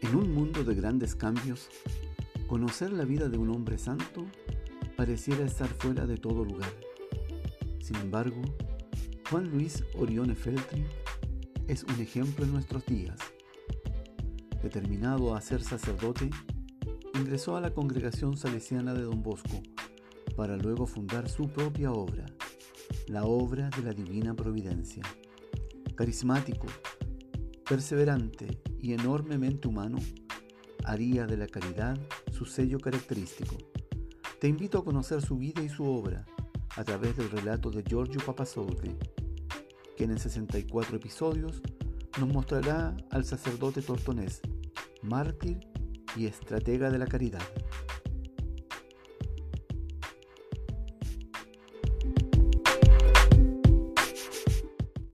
En un mundo de grandes cambios, conocer la vida de un hombre santo pareciera estar fuera de todo lugar. Sin embargo, Juan Luis Orione Feltri es un ejemplo en nuestros días. Determinado a ser sacerdote, ingresó a la congregación salesiana de Don Bosco para luego fundar su propia obra, la obra de la Divina Providencia. Carismático, perseverante y enormemente humano, haría de la caridad su sello característico. Te invito a conocer su vida y su obra a través del relato de Giorgio Papasoutli, quien en 64 episodios nos mostrará al sacerdote tortonés, mártir y estratega de la caridad.